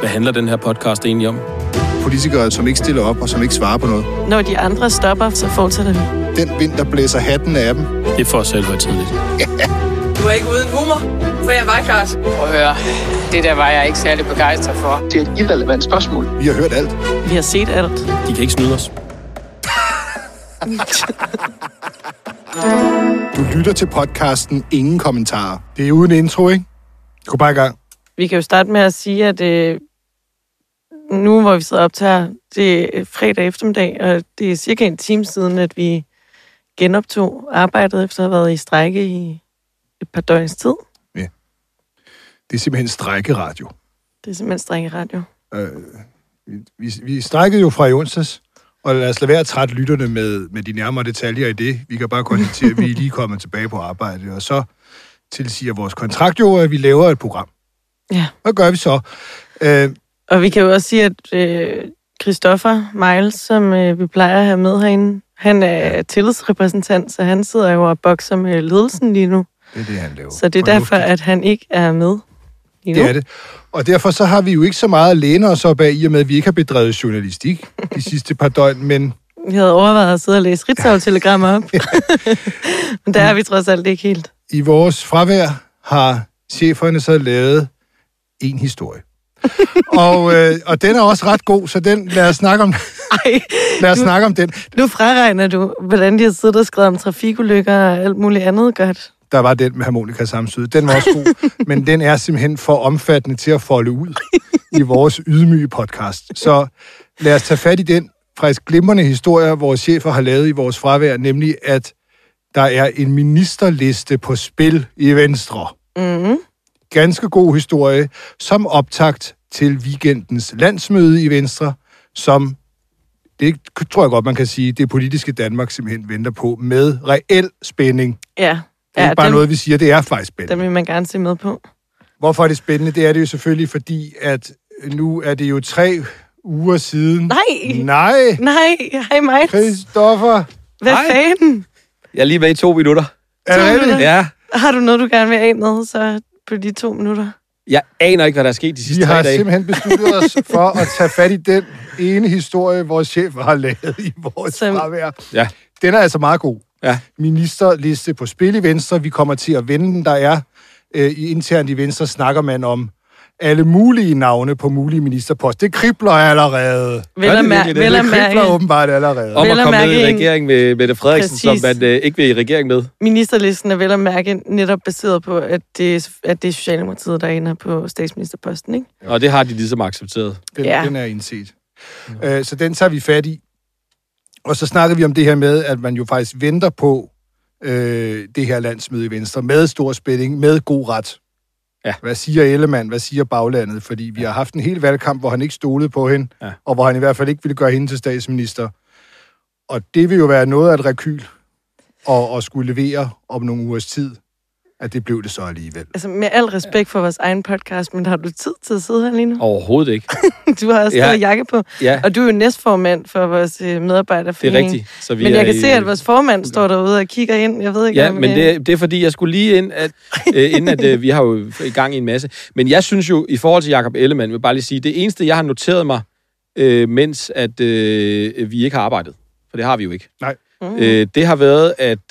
Hvad handler den her podcast egentlig om? Politikere, som ikke stiller op og som ikke svarer på noget. Når de andre stopper, så fortsætter vi. Den vind, der blæser hatten af dem. Det er for os selv højtidligt. Du er ikke uden humor, for jeg var klart. Prøv at høre, det der var jeg ikke særlig begejstret for. Det er et irrelevant spørgsmål. Vi har hørt alt. Vi har set alt. De kan ikke snyde os. Du lytter til podcasten Ingen Kommentarer. Det er uden intro, ikke? Gå bare i gang. Vi kan jo starte med at sige, at nu hvor vi sidder op til det er fredag eftermiddag, og det er cirka en time siden, at vi genoptog arbejdet efter at have været i strejke i et par døgns tid. Ja. Det er simpelthen strejkeradio. Det er simpelthen strejkeradio. Vi strejkede jo fra i onsdags, og lad os lade være at trætte lytterne med de nærmere detaljer i det. Vi kan bare konstatere, at vi er lige kommet tilbage på arbejde, og så tilsiger vores kontrakt jo, at vi laver et program. Ja. Hvad gør vi så? Og vi kan jo også sige, at Christoffer Miles, som vi plejer at have med herinde, han er tillidsrepræsentant, så han sidder jo og bokser med ledelsen lige nu. Det er det, han laver. Så det er derfor, at han ikke er med lige nu. Det er det. Og derfor så har vi jo ikke så meget at læne os op af, i og med, at vi ikke har bedrevet journalistik de sidste par døgn, men... Vi havde overvejet at sidde og læse Ritzau-telegrammer op. Men der er vi trods alt ikke helt. I vores fravær har cheferne så lavet en historie. og den er også ret god, så lad os snakke om, snakke om den. Nu fraregner du, hvordan de har siddet og skrevet om trafikulykker og alt muligt andet godt. Der var den med harmonika sammenstød. Den var også god, men den er simpelthen for omfattende til at folde ud i vores ydmyge podcast. Så lad os tage fat i den faktisk glimrende historie, vores chefer har lavet i vores fravær, nemlig at der er en ministerliste på spil i Venstre. Mm-hmm. Ganske god historie, som optakt til weekendens landsmøde i Venstre, som, det tror jeg godt, man kan sige, det politiske Danmark simpelthen venter på med reel spænding. Ja. Det er ikke bare noget, vi siger, det er faktisk spændende. Den vil man gerne se med på. Hvorfor er det spændende? Det er det jo selvfølgelig, fordi at nu er det jo 3 uger siden. Nej, hej Mike. Christoffer. Hvad fanden? Jeg er lige med i 2 minutter. Er det? Ja. Har du noget, du gerne vil af med, så på de 2 minutter? Jeg aner ikke, hvad der er sket de sidste 3 dage. Vi har simpelthen besluttet os for at tage fat i den ene historie, vores chef har lavet i vores fravær. Ja. Den er altså meget god. Ja. Ministerliste på spil i Venstre. Vi kommer til at vende den. Der er internt i Venstre snakker man om alle mulige navne på mulige ministerpost. Det kribler allerede. Det kribler åbenbart allerede. Om at komme med i regering med Mette Frederiksen, som man ikke vil i regering med. Ministerlisten er vel at mærke netop baseret på, at det er Socialdemokratiet, der ender på statsministerposten, ikke? Og det har de ligesom accepteret. Den er indset. Så den tager vi fat i. Og så snakker vi om det her med, at man jo faktisk venter på det her landsmøde i Venstre med stor spænding, med god ret. Ja. Hvad siger Ellemann? Hvad siger baglandet? Fordi vi har haft en hel valgkamp, hvor han ikke stolede på hende, og hvor han i hvert fald ikke ville gøre hende til statsminister. Og det vil jo være noget af et rekyl at skulle levere om nogle ugers tid, at det blev det så alligevel. Altså med al respekt for vores egen podcast, men har du tid til at sidde her lige nu? Overhovedet ikke. Du har også stadig jakke på, og du er jo næstformand for vores medarbejderforening. Det er rigtigt. Så vi men jeg kan se, at vores formand står derude og kigger ind. Jeg ved ikke, ja, men det er fordi, jeg skulle lige ind, at vi har jo i gang i en masse. Men jeg synes jo, i forhold til Jakob Ellemann, vil bare lige sige, det eneste, jeg har noteret mig, mens at vi ikke har arbejdet, for det har vi jo ikke. Nej. Det har været, at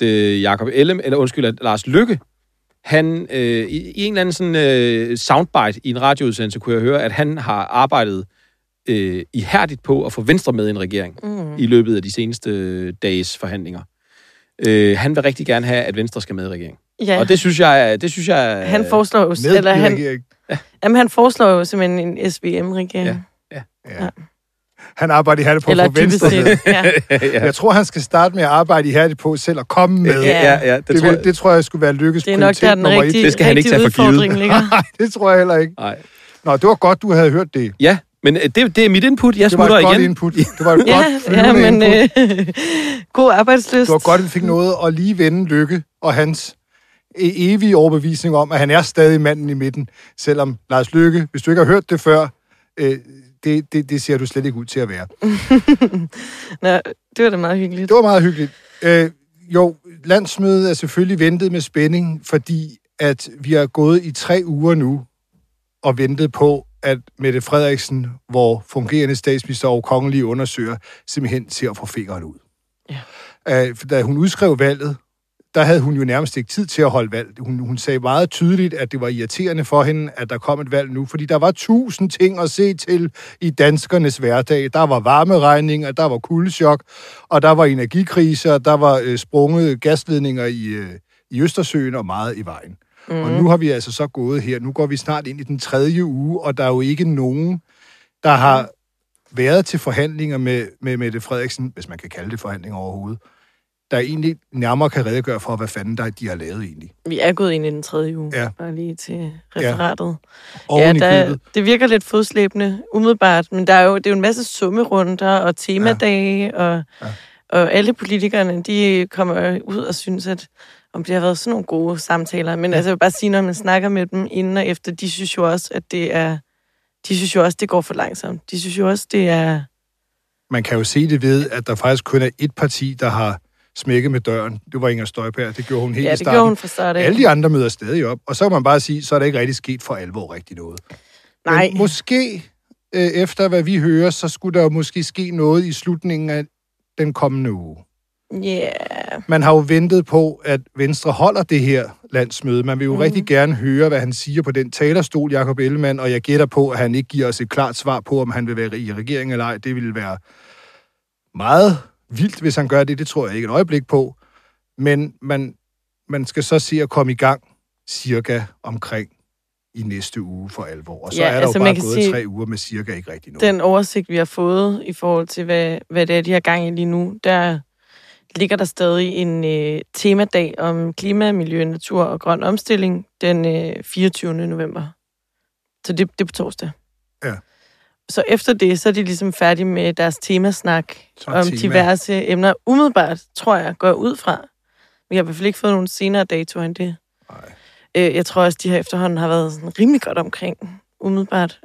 at Lars Løkke, han i en eller anden sådan soundbite i en radioudsendelse kunne jeg høre, at han har arbejdet ihærdigt på at få Venstre med i en regering i løbet af de seneste dages forhandlinger. Han vil rigtig gerne have, at Venstre skal med i regering. Ja. Og det synes jeg han foreslår jo han foreslår jo simpelthen en SVM-regering. Ja. Han arbejder ihærdigt på at få Venstre. Jeg tror, han skal starte med at arbejde ihærdigt på selv at komme med. Det tror jeg skulle være Lykkes prioritet nummer 1. Det er nok der den rigtige, det skal han ikke tage for givet. Nej, det tror jeg heller ikke. Nej. Nå, det var godt, du havde hørt det. Ja, men det er mit input. Jeg smutter igen. Det var et godt input. God arbejdslyst. Det var godt, at vi fik noget at lige vende Lykke og hans evige overbevisning om, at han er stadig manden i midten. Selvom Lars Løkke, hvis du ikke har hørt det før, det ser du slet ikke ud til at være. Nå, det var da meget hyggeligt. Det var meget hyggeligt. Jo, landsmødet er selvfølgelig ventet med spænding, fordi at vi har gået i 3 uger nu og ventet på, at Mette Frederiksen, hvor fungerende statsminister og kongelige undersøger, simpelthen ser at få fingeren ud. Ja. Da hun udskrev valget, der havde hun jo nærmest ikke tid til at holde valg. Hun sagde meget tydeligt, at det var irriterende for hende, at der kom et valg nu, fordi der var 1000 ting at se til i danskernes hverdag. Der var varmeregninger, der var kuldechok, og der var energikriser, der var sprunget gasledninger i Østersøen og meget i vejen. Og nu har vi altså så gået her. Nu går vi snart ind i den 3. uge, og der er jo ikke nogen, der har været til forhandlinger med Mette Frederiksen, hvis man kan kalde det forhandlinger overhovedet, der egentlig nærmere kan redegøre for, hvad fanden de har lavet egentlig. Vi er gået ind i den 3. uge, bare lige til referatet. Ja, det virker lidt fodslæbende, umiddelbart, men det er jo en masse summerunder og temadage, og alle politikerne, de kommer ud og synes, at om det har været sådan nogle gode samtaler. Men altså, jeg vil bare sige, når man snakker med dem inden og efter, de synes jo også, at det går for langsomt. De synes jo også, det er... Man kan jo se det ved, at der faktisk kun er et parti, der har smækket med døren. Det var Inger Støjberg. Det gjorde hun helt i starten. Ja, det gjorde hun fra start af. Alle de andre møder stadig op. Og så kan man bare sige, så er der ikke rigtig sket for alvor rigtig noget. Nej. Men måske, efter hvad vi hører, så skulle der måske ske noget i slutningen af den kommende uge. Yeah. Man har jo ventet på, at Venstre holder det her landsmøde. Man vil jo rigtig gerne høre, hvad han siger på den talerstol, Jakob Ellemann, og jeg gætter på, at han ikke giver os et klart svar på, om han vil være i regering eller ej. Det ville være meget vildt, hvis han gør det. Det tror jeg ikke et øjeblik på. Men man skal så se at komme i gang cirka omkring i næste uge for alvor. Og så er der jo bare gået 3 uger med cirka ikke rigtig noget. Den oversigt, vi har fået i forhold til, hvad det er, de har gang i lige nu, der ligger der stadig en temadag om klima, miljø, natur og grøn omstilling den 24. november. Så det er på torsdag. Ja. Så efter det, så er de ligesom færdige med deres temasnak om diverse emner. Umiddelbart, tror jeg, går ud fra. Vi har i hvert fald ikke fået nogen senere datoer end det. Nej. Jeg tror også, de her efterhånden har været sådan rimelig godt omkring, umiddelbart.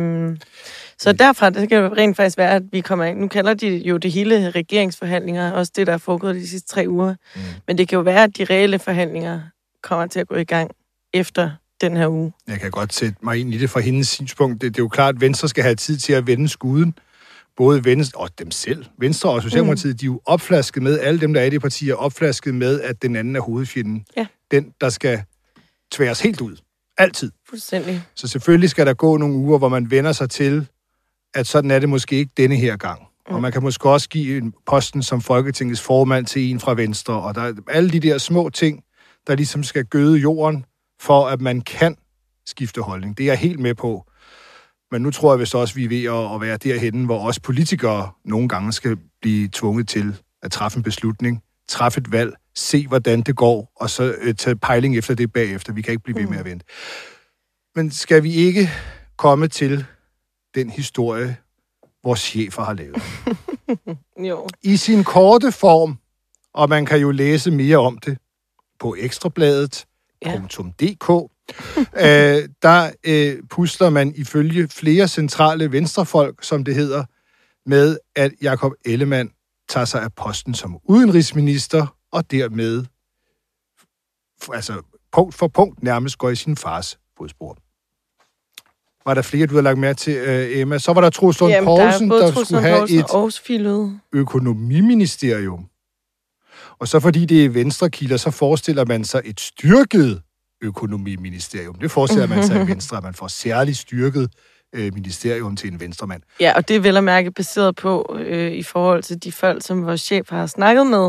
Så derfra, det kan jo rent faktisk være, at vi kommer ind. Nu kalder de jo det hele regeringsforhandlinger, også det, der er foregået de sidste 3 uger. Men det kan jo være, at de reelle forhandlinger kommer til at gå i gang efter den her uge. Jeg kan godt sætte mig ind i det fra hendes synspunkt. Det er jo klart, at Venstre skal have tid til at vende skuden. Både Venstre og dem selv. Venstre og Socialdemokratiet, de er jo opflasket med, alle dem, der er i det parti, er opflasket med, at den anden er hovedfjenden. Ja. Den, der skal tværes helt ud. Altid. Fuldstændig. Så selvfølgelig skal der gå nogle uger, hvor man vender sig til, at sådan er det måske ikke denne her gang. Og man kan måske også give en posten som Folketingets formand til en fra Venstre. Og der er alle de der små ting, der ligesom skal gøde jorden, for at man kan skifte holdning. Det er jeg helt med på. Men nu tror jeg vist også, vi er ved at være derhenne, hvor også politikere nogle gange skal blive tvunget til at træffe en beslutning, træffe et valg, se hvordan det går, og så tage pejling efter det bagefter. Vi kan ikke blive ved med at vente. Men skal vi ikke komme til den historie, vores chefer har lavet? Jo. I sin korte form, og man kan jo læse mere om det på ekstrabladet.dk, der pusler man ifølge flere centrale venstrefolk, som det hedder, med at Jakob Ellemann tager sig af posten som udenrigsminister, og dermed, altså punkt for punkt, nærmest går i sin fars fodspor. Var der flere, du havde lagt mærke til, Emma? Så var der Troels Lund Poulsen, der skulle have et økonomiministerium. Og så fordi det er venstrekilder, så forestiller man sig et styrket økonomiministerium. Det forestiller man sig i Venstre, at man får særligt styrket ministerium til en venstremand. Ja, og det er vel at mærke baseret på, i forhold til de folk, som vores chef har snakket med,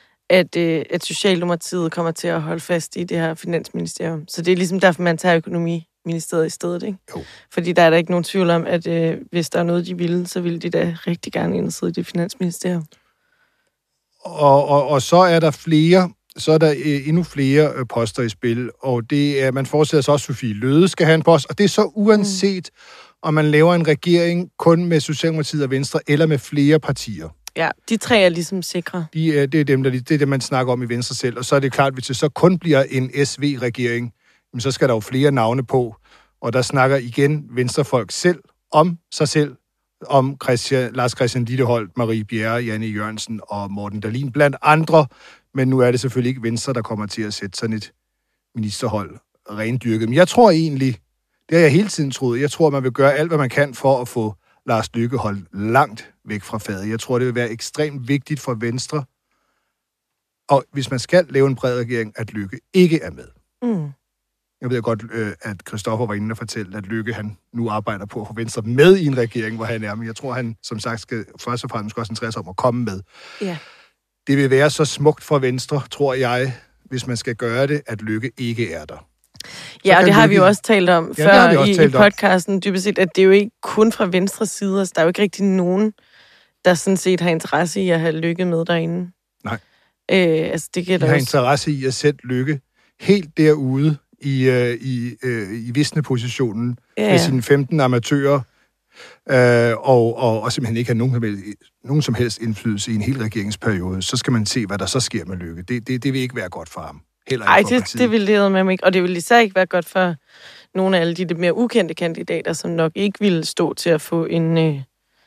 at Socialdemokratiet kommer til at holde fast i det her finansministerium. Så det er ligesom derfor, man tager økonomiministeriet i stedet, ikke? Jo. Fordi der er der ikke nogen tvivl om, at hvis der er noget, de ville, så ville de da rigtig gerne indside i det finansministerium. Og så er der flere, så er der endnu flere poster i spil, og det er, man forestiller sig også, at Sofie Løhde skal have en post, og det er så uanset, om man laver en regering kun med Socialdemokratiet og Venstre, eller med flere partier. Ja, de 3 er ligesom sikre. Det er det, man snakker om i Venstre selv, og så er det klart, hvis det så kun bliver en SV-regering, så skal der jo flere navne på, og der snakker igen Venstrefolk selv om sig selv, om Lars Christian Lilleholt, Marie Bjerre, Janne Jørgensen og Morten Dahlin blandt andre, men nu er det selvfølgelig ikke Venstre, der kommer til at sætte sådan et ministerhold rendyrket. Men jeg tror egentlig, Det har jeg hele tiden troet. Jeg tror, man vil gøre alt, hvad man kan for at få Lars Løkke holdt langt væk fra fadet. Jeg tror, det vil være ekstremt vigtigt for Venstre, og hvis man skal lave en bred regering, at Løkke ikke er med. Mm. Jeg ved godt, at Christoffer var inde og fortælle, at Løkke han nu arbejder på at få Venstre med i en regering, hvor han er. Men jeg tror, han som sagt skal først og fremmest koncentrere sig om at komme med. Ja. Det vil være så smukt for Venstre, tror jeg, hvis man skal gøre det, at Løkke ikke er der. Ja, og det har vi jo også talt om før i podcasten, dybest set, at det er jo ikke kun fra Venstres side. Altså, der er jo ikke rigtig nogen, der sådan set har interesse i at have Løkke med derinde. Nej. Altså, det kan de har interesse i at sætte Løkke helt derude i visnepositionen med sine 15 amatører, og simpelthen ikke have nogen som helst indflydelse i en hel regeringsperiode. Så skal man se, hvad der så sker med Løkke. Det vil ikke være godt for ham. Nej, det vil lede med mig ikke. Og det vil især ikke være godt for nogle af alle de lidt mere ukendte kandidater, som nok ikke ville stå til at få en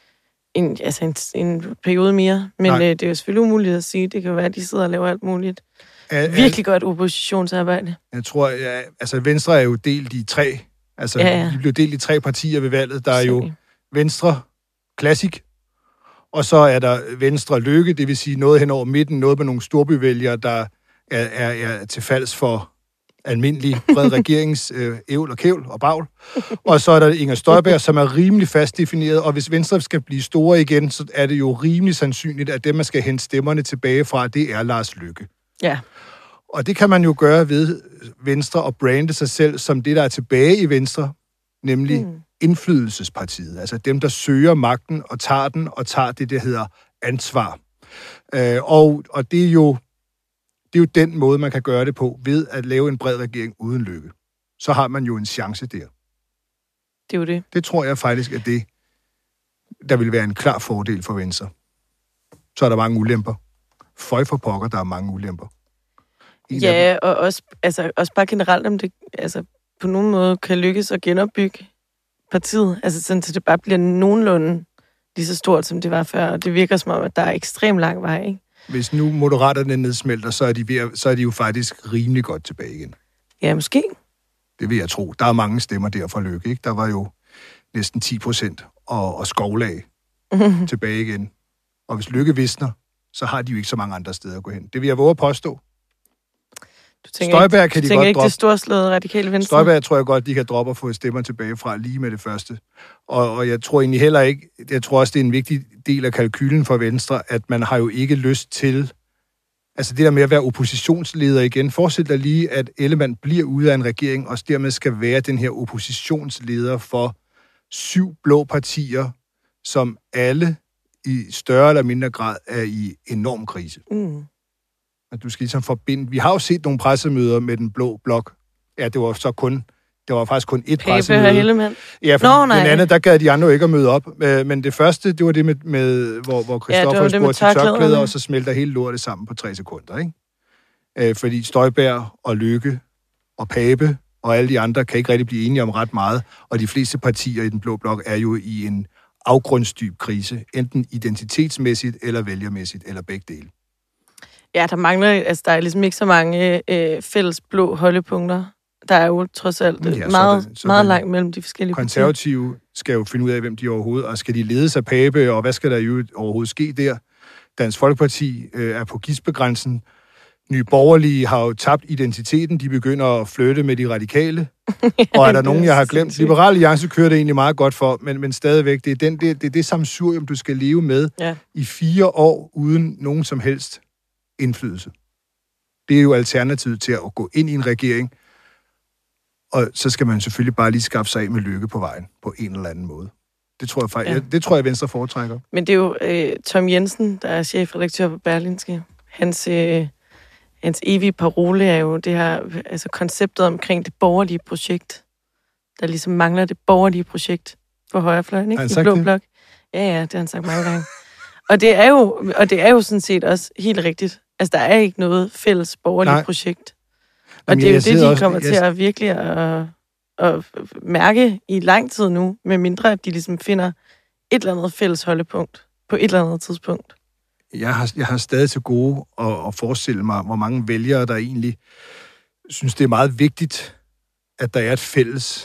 periode mere. Men det er jo selvfølgelig umuligt at sige. Det kan jo være, at de sidder og laver alt muligt. Virkelig godt oppositionsarbejde. Jeg tror, Venstre er jo delt i tre. De blev delt i 3 partier ved valget. Der er jo Venstre Classic, og så er der Venstre Løkke, det vil sige noget hen over midten, noget med nogle storbyvælgere, der er til falds for almindelig bred regerings ævl og kævl og bagl. Og så er der Inger Støjberg, som er rimelig fast defineret, og hvis Venstre skal blive store igen, så er det jo rimelig sandsynligt, at dem, man skal hente stemmerne tilbage fra, det er Lars Løkke. Ja. Og det kan man jo gøre ved Venstre og brande sig selv som det, der er tilbage i Venstre, nemlig indflydelsespartiet. Altså dem, der søger magten og tager den, og tager det, der hedder ansvar. Og det er jo den måde, man kan gøre det på, ved at lave en bred regering uden Løkke. Så har man jo en chance der. Det er jo det. Det tror jeg faktisk, at det, der vil være en klar fordel for Venstre. Så er der mange ulemper. Føj for pokker, der er mange ulemper. Ja, og også bare generelt, om det på nogen måde kan lykkes at genopbygge partiet. Altså sådan, så det bare bliver nogenlunde lige så stort, som det var før. Og det virker som om, at der er ekstremt lang vej, ikke? Hvis nu Moderaterne nedsmelter, så er de jo faktisk rimelig godt tilbage igen. Ja, måske. Det vil jeg tro. Der er mange stemmer der fra Løkke, ikke? Der var jo næsten 10% og skovlag tilbage igen. Og hvis Løkke visner, så har de jo ikke så mange andre steder at gå hen. Det vil jeg våge at påstå. Støjberg kan de godt droppe. Det storslåede radikale Venstre? Støjberg tror jeg godt, de kan droppe og få stemmer tilbage fra lige med det første. Og jeg tror egentlig heller ikke, jeg tror også, det er en vigtig del af kalkylen for Venstre, at man har jo ikke lyst til, altså det der med at være oppositionsleder igen. Forestil dig lige, at Ellemann bliver ude af en regering, og dermed skal være den her oppositionsleder for 7 blå partier, som alle i større eller mindre grad er i enorm krise. At du skal ligesom forbinde. Vi har jo set nogle pressemøder med den blå blok. Ja, det var faktisk kun ét pressemøde. Pape og Ellemann. Ja, for den anden, der gad de andre ikke at møde op. Men det første, det var det med hvor Christoffer spurgte til tørklæder, og så smelter hele lortet sammen på 3 sekunder, ikke? Fordi Støjberg og Løkke og Pape og alle de andre kan ikke rigtig blive enige om ret meget, og de fleste partier i den blå blok er jo i en afgrundsdyb krise, enten identitetsmæssigt eller vælgermæssigt, eller begge dele. Ja, der er ligesom ikke så mange fælles blå holdepunkter. Der er jo trods alt meget langt mellem de forskellige konservative partier. Skal jo finde ud af, hvem de overhovedet, og skal de ledes af Pape, og hvad skal der jo overhovedet ske der? Dansk Folkeparti er på gidsbegrænsen. Nye Borgerlige har jo tabt identiteten, de begynder at flytte med de radikale. Og er der nogen, jeg har glemt? Liberal Alliance kører det egentlig meget godt for, men stadigvæk, det er det sammensurium, du skal leve med i 4 år, uden nogen som helst indflydelse. Det er jo alternativet til at gå ind i en regering, og så skal man selvfølgelig bare lige skaffe sig af med Løkke på vejen, på en eller anden måde. Det tror jeg faktisk, det tror jeg Venstre foretrækker. Men det er jo Tom Jensen, der er chefredaktør på Berlingske. Hans evige parole er jo det her, altså konceptet omkring det borgerlige projekt. Der ligesom mangler det borgerlige projekt på højrefløjen, ikke? I blå blok. Ja, det har han sagt mange gange. Og det er jo sådan set også helt rigtigt. Altså, der er ikke noget fælles borgerligt projekt. Og det er jo det, de kommer til at virkelig at mærke i lang tid nu, med mindre at de ligesom finder et eller andet fælles holdepunkt på et eller andet tidspunkt. Jeg har stadig til gode at forestille mig, hvor mange vælgere, der egentlig synes, det er meget vigtigt, at der er et fælles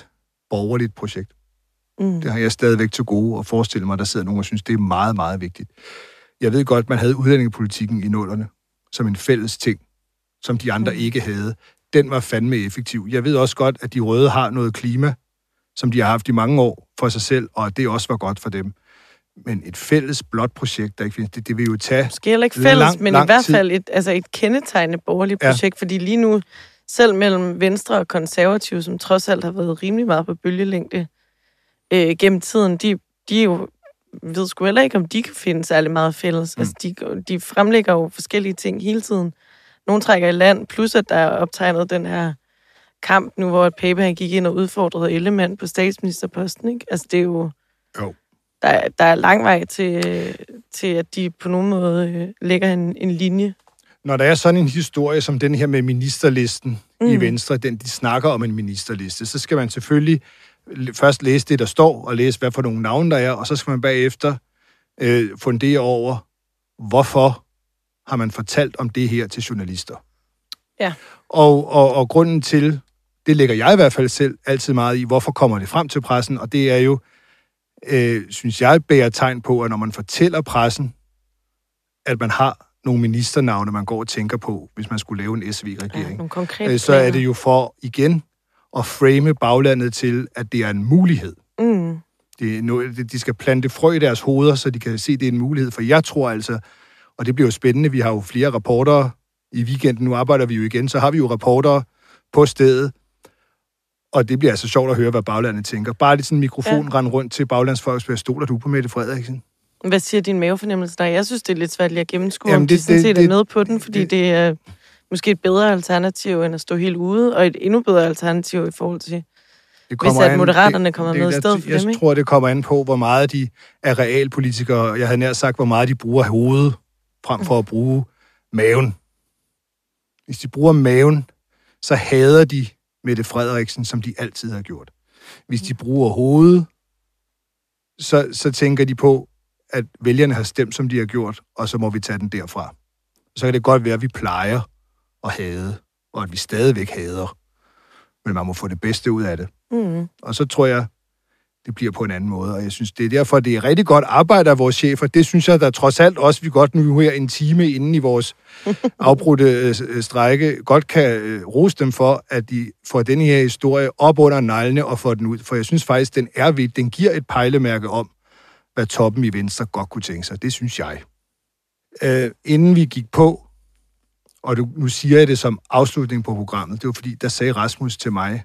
borgerligt projekt. Det har jeg stadigvæk til gode at forestille mig, at der sidder nogen og synes, det er meget, meget vigtigt. Jeg ved godt, man havde udlændingepolitikken i 00'erne som en fælles ting, som de andre ikke havde. Den var fandme effektiv. Jeg ved også godt, at de røde har noget klima, som de har haft i mange år for sig selv, og det også var godt for dem. Men et fælles blåt projekt, der ikke findes, det vil jo tage måske heller ikke fælles, men i hvert fald et kendetegnende borgerligt projekt, fordi lige nu, selv mellem Venstre og Konservative, som trods alt har været rimelig meget på bølgelængde gennem tiden, de jo ved sgu heller ikke, om de kan finde særlig meget fælles. Altså, de fremlægger jo forskellige ting hele tiden. Nogle trækker i land, plus at der er optegnet den her kamp nu, hvor Pape gik ind og udfordrede Ellemann på statsministerposten, ikke? Altså, det er jo... Der er lang vej til, at de på nogen måde lægger en linje. Når der er sådan en historie som den her med ministerlisten i Venstre, de snakker om en ministerliste, så skal man selvfølgelig først læse det, der står, og læse, hvad for nogle navne der er, og så skal man bagefter fundere over, hvorfor har man fortalt om det her til journalister. Ja. Og grunden til, det lægger jeg i hvert fald selv altid meget i, hvorfor kommer det frem til pressen, og det er jo, synes jeg, bærer tegn på, at når man fortæller pressen, at man har nogle ministernavne, man går og tænker på, hvis man skulle lave en SV-regering, så er det jo for, igen, at frame baglandet til, at det er en mulighed. De skal plante frø i deres hoveder, så de kan se, at det er en mulighed. For jeg tror altså, og det bliver jo spændende, vi har jo flere rapportere i weekenden, nu arbejder vi jo igen, så har vi jo rapportere på stedet, og det bliver altså sjovt at høre, hvad baglandet tænker. Bare lidt sådan en mikrofon rende rundt til baglandsfolk, hvad stoler du på Mette Frederiksen? Hvad siger din mavefornemmelse der? Jeg synes, det er lidt svært lige at gennemskue, om de sådan set er med på den, fordi det er måske et bedre alternativ, end at stå helt ude, og et endnu bedre alternativ i forhold til, hvis at Moderaterne kommer med i stedet for dem, ikke? Jeg tror, det kommer an på, hvor meget de er realpolitikere. Jeg havde nær sagt, hvor meget de bruger hovedet, frem for at bruge maven. Hvis de bruger maven, så hader de Mette Frederiksen, som de altid har gjort. Hvis de bruger hovedet, så tænker de på, at vælgerne har stemt, som de har gjort, og så må vi tage den derfra. Så kan det godt være, at vi plejer at hade, og at vi stadigvæk hader. Men man må få det bedste ud af det. Og så tror jeg, det bliver på en anden måde. Og jeg synes, det er derfor, det er rigtig godt arbejde af vores chefer. Det synes jeg, der trods alt også, vi godt nu her en time inden i vores afbrudte strejke, godt kan rose dem for, at de får den her historie op under neglene og får den ud. For jeg synes faktisk, den er vigtig. Den giver et pejlemærke om, hvad toppen i Venstre godt kunne tænke sig. Det synes jeg. Inden vi gik på, og nu siger jeg det som afslutning på programmet, det var fordi, der sagde Rasmus til mig,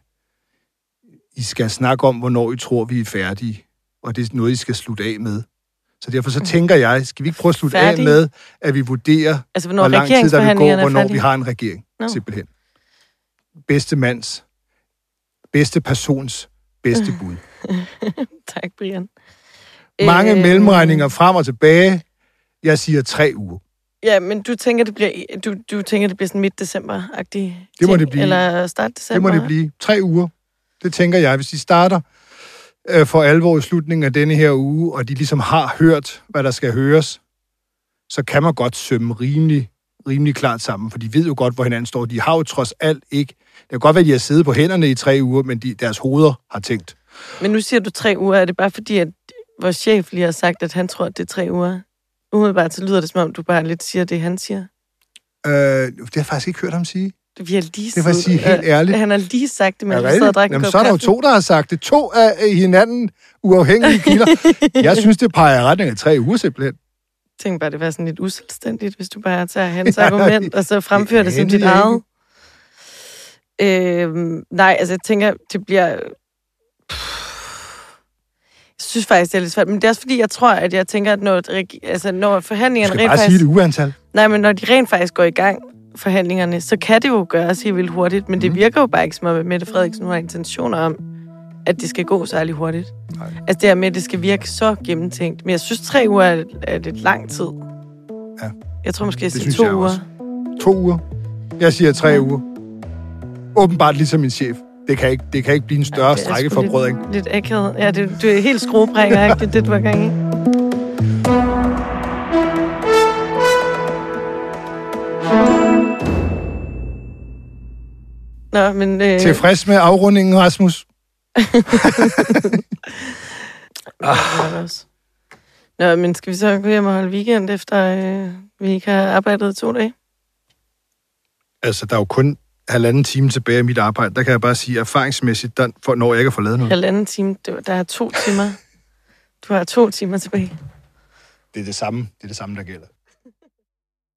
I skal snakke om, hvornår I tror, vi er færdige, og det er noget, I skal slutte af med. Så derfor så tænker jeg, skal vi ikke prøve at slutte af med, at vi vurderer, altså, hvor lang tid der vil gå, hvornår vi har en regering, simpelthen. Bedste mands, bedste persons, bedste bud. Tak, Brian. Mange mellemregninger frem og tilbage. Jeg siger 3 uger. Ja, men du tænker, det bliver sådan midt-december-agtigt? Det må det blive. Eller start december? Det må det blive. 3 uger. Det tænker jeg. Hvis de starter for alvor i slutningen af denne her uge, og de ligesom har hørt, hvad der skal høres, så kan man godt sømme rimelig klart sammen, for de ved jo godt, hvor hinanden står. De har jo trods alt ikke... Det kan godt være, at de har siddet på hænderne i 3 uger, men deres hoveder har tænkt. Men nu siger du 3 uger. Er det bare fordi, at vores chef lige har sagt, at han tror, at det er 3 uger? Umiddelbart så lyder det, som om du bare lidt siger det, han siger. Det har jeg faktisk ikke hørt ham sige. Vi har lige det var at sige helt ærligt. Han har lige sagt det, men du sidder og drikker en kop så er der jo 2, der har sagt det. 2 af hinanden uafhængige kilder. Jeg synes, det peger retning af 3 uger simpelthen. Jeg tænker bare, det var sådan lidt uselvstændigt, hvis du bare tager hans argument, og så fremfører det som dit eget. Nej, altså jeg tænker, det bliver... Jeg synes faktisk, det er lidt svært, men det er også fordi, jeg tænker, at når forhandlingerne rent faktisk... sige det uantal. Nej, men når de rent faktisk går i gang, forhandlingerne, så kan det jo gøres helt vildt hurtigt, men det virker jo bare ikke som om, at Mette Frederiksen har intentioner om, at det skal gå særlig hurtigt. Nej. Altså det her med, at det skal virke så gennemtænkt. Men jeg synes, 3 uger er lidt lang tid. Ja. Jeg tror måske, jeg siger 2 uger. 2 uger. Jeg siger 3 uger. Åbenbart ligesom min chef. Det kan ikke blive en større strækkeforbrødring. Lidt akavet. Ja, du er helt skruebrækker, det du er gang i. Nå, men... Tilfreds med afrundingen, Rasmus? Også. Nå, men skal vi så gå hjem og holde weekend, efter vi ikke har arbejdet 2 dage? Altså, der er jo kun 1,5 time tilbage af mit arbejde. Der kan jeg bare sige, erfaringsmæssigt, når jeg ikke har fået lavet noget. 1,5 time? Der er 2 timer. Du har 2 timer tilbage. Det er det samme, der gælder.